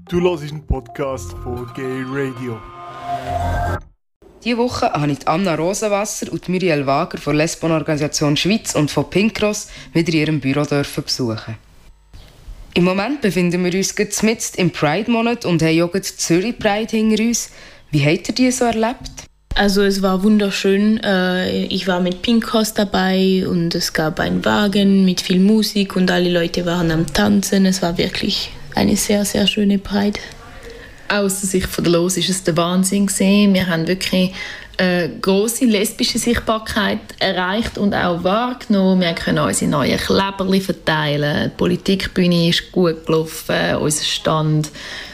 Du hörst einen Podcast von Gay Radio. Diese Woche habe ich Anna Rosenwasser und Muriel Wager von Lesbonorganisation Schweiz und von Pinkcross wieder in ihrem Büro besuchen. Im Moment befinden wir uns mitten im Pride-Monat und haben auch die Zürich Pride hinter uns. Wie habt ihr die so erlebt? Also es war wunderschön. Ich war mit Pinkcross dabei und es gab einen Wagen mit viel Musik und alle Leute waren am Tanzen. Es war wirklich eine sehr, sehr schöne Pride. Aus der Sicht der Los war es der Wahnsinn gewesen. Wir haben wirklich grosse lesbische Sichtbarkeit erreicht und auch wahrgenommen. Wir können unsere neuen Kleberli verteilen. Die Politikbühne ist gut gelaufen, unser Stand.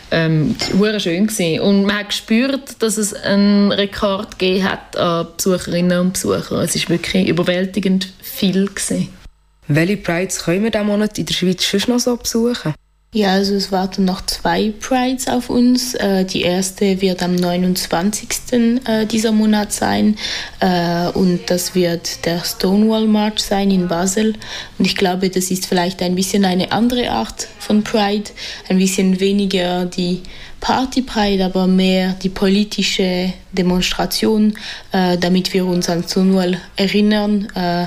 Sehr schön gewesen. Und man hat gespürt, dass es einen Rekord gegeben hat an Besucherinnen und Besuchern. Es war wirklich überwältigend viel gewesen. Welche Prides können wir diesen Monat in der Schweiz schon noch so besuchen? Ja, also es warten noch 2 Prides auf uns. Die erste wird am 29. Dieser Monat sein und das wird der Stonewall March sein in Basel. Und ich glaube, das ist vielleicht ein bisschen eine andere Art von Pride, ein bisschen weniger die Party-Pride, aber mehr die politische Demonstration, damit wir uns an Stonewall erinnern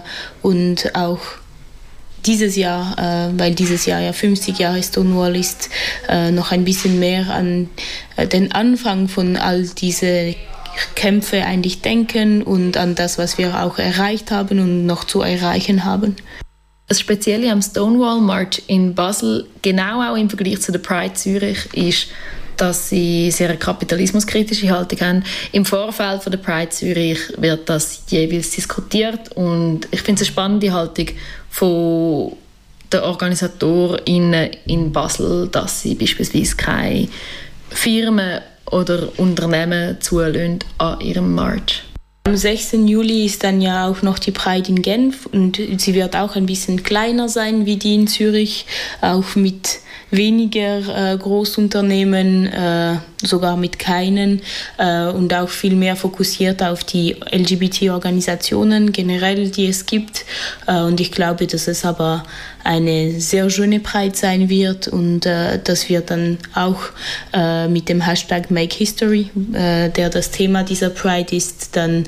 und auch dieses Jahr, weil dieses Jahr ja 50 Jahre Stonewall ist, noch ein bisschen mehr an den Anfang von all diese Kämpfe eigentlich denken und an das, was wir auch erreicht haben und noch zu erreichen haben. Das Spezielle am Stonewall March in Basel, genau auch im Vergleich zu der Pride Zürich, ist, dass sie sehr eine kapitalismuskritische Haltung haben. Im Vorfeld von der Pride Zürich wird das jeweils diskutiert und ich finde es eine spannende Haltung von den OrganisatorInnen in Basel, dass sie beispielsweise keine Firmen oder Unternehmen zulassen an ihrem March. Am 6. Juli ist dann ja auch noch die Pride in Genf und sie wird auch ein bisschen kleiner sein wie die in Zürich, auch mit weniger Großunternehmen, sogar mit keinen und auch viel mehr fokussiert auf die LGBT-Organisationen generell, die es gibt. Und ich glaube, dass es aber eine sehr schöne Pride sein wird und dass wir dann auch mit dem Hashtag Make History, der das Thema dieser Pride ist, dann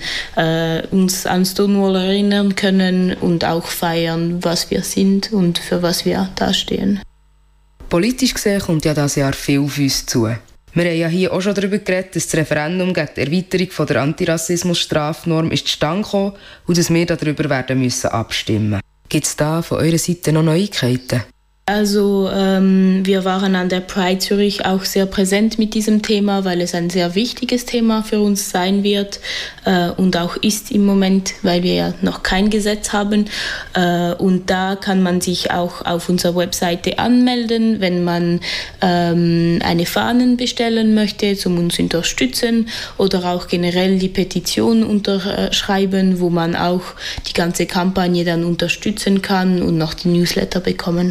uns an Stonewall erinnern können und auch feiern, was wir sind und für was wir dastehen. Politisch gesehen kommt ja dieses Jahr viel auf uns zu. Wir haben ja hier auch schon darüber geredet, dass das Referendum gegen die Erweiterung von der Antirassismus-Strafnorm zustande gekommen und dass wir darüber werden müssen abstimmen. Gibt es da von eurer Seite noch Neuigkeiten? Also wir waren an der Pride Zürich auch sehr präsent mit diesem Thema, weil es ein sehr wichtiges Thema für uns sein wird und auch ist im Moment, weil wir ja noch kein Gesetz haben. Und da kann man sich auch auf unserer Webseite anmelden, wenn man eine Fahnen bestellen möchte, um uns zu unterstützen oder auch generell die Petition unterschreiben, wo man auch die ganze Kampagne dann unterstützen kann und noch die Newsletter bekommen.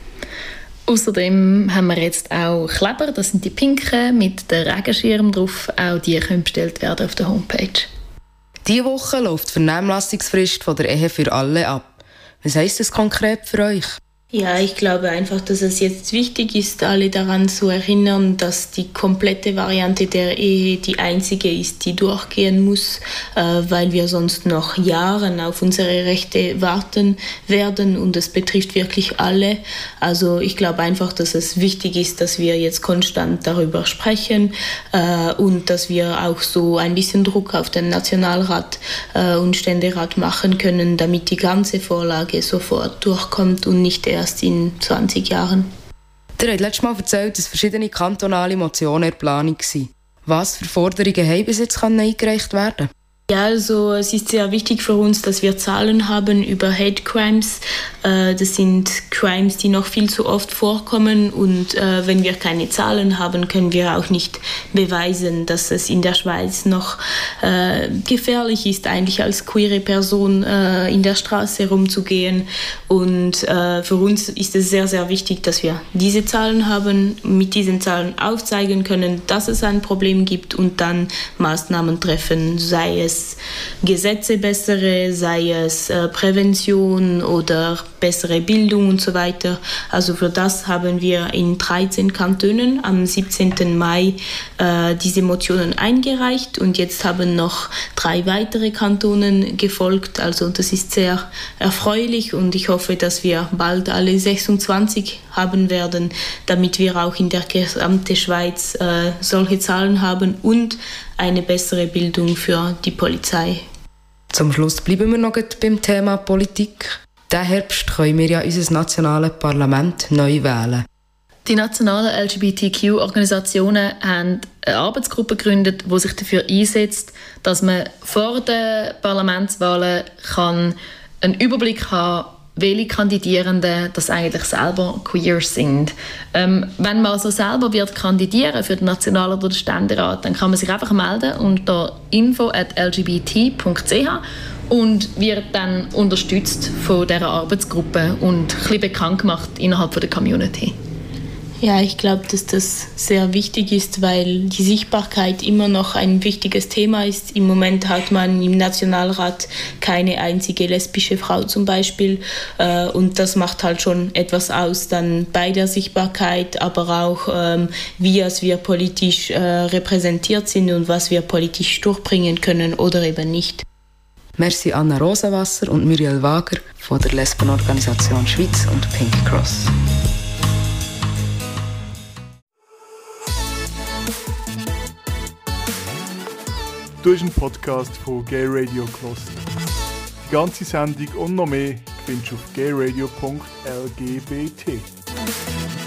Außerdem haben wir jetzt auch Kleber, das sind die pinken mit den Regenschirm drauf. Auch die können bestellt werden auf der Homepage. Diese Woche läuft die Vernehmlassungsfrist von der Ehe für alle ab. Was heisst das konkret für euch? Ja, ich glaube einfach, dass es jetzt wichtig ist, alle daran zu erinnern, dass die komplette Variante der Ehe die einzige ist, die durchgehen muss, weil wir sonst noch Jahre auf unsere Rechte warten werden und es betrifft wirklich alle. Also ich glaube einfach, dass es wichtig ist, dass wir jetzt konstant darüber sprechen und dass wir auch so ein bisschen Druck auf den Nationalrat und Ständerat machen können, damit die ganze Vorlage sofort durchkommt und nicht erst in 20 Jahren. Ihr habt letztes Mal erzählt, dass verschiedene kantonale Motionen in der Planung waren. Was für Forderungen haben bis jetzt eingereicht werden? Ja, also es ist sehr wichtig für uns, dass wir Zahlen haben über Hate Crimes. Das sind Crimes, die noch viel zu oft vorkommen und wenn wir keine Zahlen haben, können wir auch nicht beweisen, dass es in der Schweiz noch gefährlich ist, eigentlich als queere Person in der Straße rumzugehen. Und für uns ist es sehr, sehr wichtig, dass wir diese Zahlen haben, mit diesen Zahlen aufzeigen können, dass es ein Problem gibt und dann Maßnahmen treffen, sei es es Gesetze bessere, sei es Prävention oder bessere Bildung und so weiter. Also für das haben wir in 13 Kantonen am 17. Mai diese Motionen eingereicht und jetzt haben noch 3 weitere Kantonen gefolgt. Also das ist sehr erfreulich und ich hoffe, dass wir bald alle 26 haben werden, damit wir auch in der gesamten Schweiz solche Zahlen haben und eine bessere Bildung für die Polizei. Zum Schluss bleiben wir noch beim Thema Politik. Diesen Herbst können wir ja unser nationales Parlament neu wählen. Die nationalen LGBTQ-Organisationen haben eine Arbeitsgruppe gegründet, die sich dafür einsetzt, dass man vor den Parlamentswahlen einen Überblick haben kann, welche Kandidierenden das eigentlich selber queer sind. Wenn man also selber wird kandidieren für den National- oder den Ständerat, dann kann man sich einfach melden unter info@lgbt.ch und wird dann unterstützt von dieser Arbeitsgruppe und ein bisschen bekannt gemacht innerhalb der Community. Ja, ich glaube, dass das sehr wichtig ist, weil die Sichtbarkeit immer noch ein wichtiges Thema ist. Im Moment hat man im Nationalrat keine einzige lesbische Frau zum Beispiel und das macht halt schon etwas aus dann bei der Sichtbarkeit, aber auch wie wir politisch repräsentiert sind und was wir politisch durchbringen können oder eben nicht. Merci Anna Rosenwasser und Muriel Wager von der Lesbenorganisation Schweiz und Pink Cross. Du hast einen Podcast von Gay Radio gehört. Die ganze Sendung und noch mehr findest du auf gayradio.lgbt.